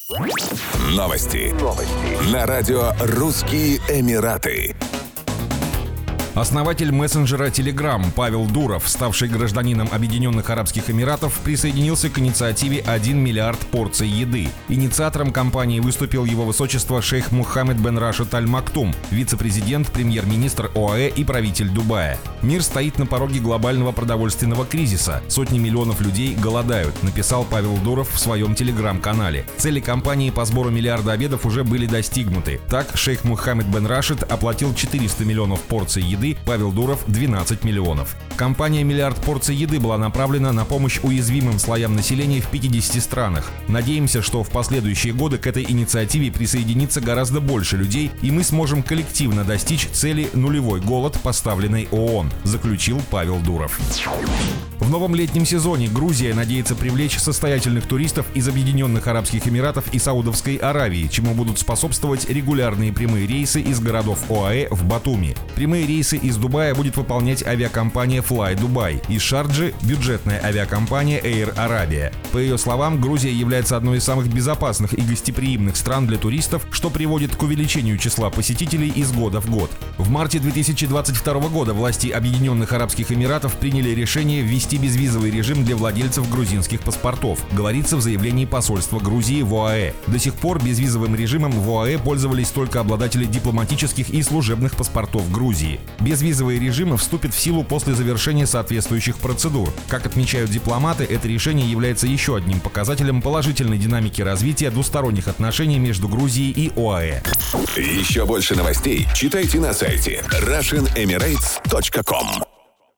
Новости. На радио «Русские Эмираты». Основатель мессенджера Telegram Павел Дуров, ставший гражданином Объединенных Арабских Эмиратов, присоединился к инициативе «1 миллиард порций еды». Инициатором кампании выступил его высочество шейх Мухаммед бен Рашид Аль Мактум, вице-президент, премьер-министр ОАЭ и правитель Дубая. «Мир стоит на пороге глобального продовольственного кризиса. Сотни миллионов людей голодают», написал Павел Дуров в своем телеграм-канале. Цели кампании по сбору миллиарда обедов уже были достигнуты. Так, шейх Мухаммед бен Рашид оплатил 400 миллионов порций еды, Павел Дуров – 12 миллионов. Кампания «Миллиард порций еды» была направлена на помощь уязвимым слоям населения в 50 странах. Надеемся, что в последующие годы к этой инициативе присоединится гораздо больше людей, и мы сможем коллективно достичь цели «нулевой голод», поставленной ООН, заключил Павел Дуров. В новом летнем сезоне Грузия надеется привлечь состоятельных туристов из Объединенных Арабских Эмиратов и Саудовской Аравии, чему будут способствовать регулярные прямые рейсы из городов ОАЭ в Батуми. Прямые рейсы из Дубая будет выполнять авиакомпания Fly Dubai, из Шарджи – бюджетная авиакомпания Air Arabia. По ее словам, Грузия является одной из самых безопасных и гостеприимных стран для туристов, что приводит к увеличению числа посетителей из года в год. В марте 2022 года власти Объединенных Арабских Эмиратов приняли решение ввести безвизовый режим для владельцев грузинских паспортов, говорится в заявлении посольства Грузии в ОАЭ. До сих пор безвизовым режимом в ОАЭ пользовались только обладатели дипломатических и служебных паспортов Грузии. Безвизовый режим вступит в силу после завершения соответствующих процедур. Как отмечают дипломаты, это решение является еще одним показателем положительной динамики развития двусторонних отношений между Грузией и ОАЭ. Еще больше новостей читайте на сайте RussianEmirates.com.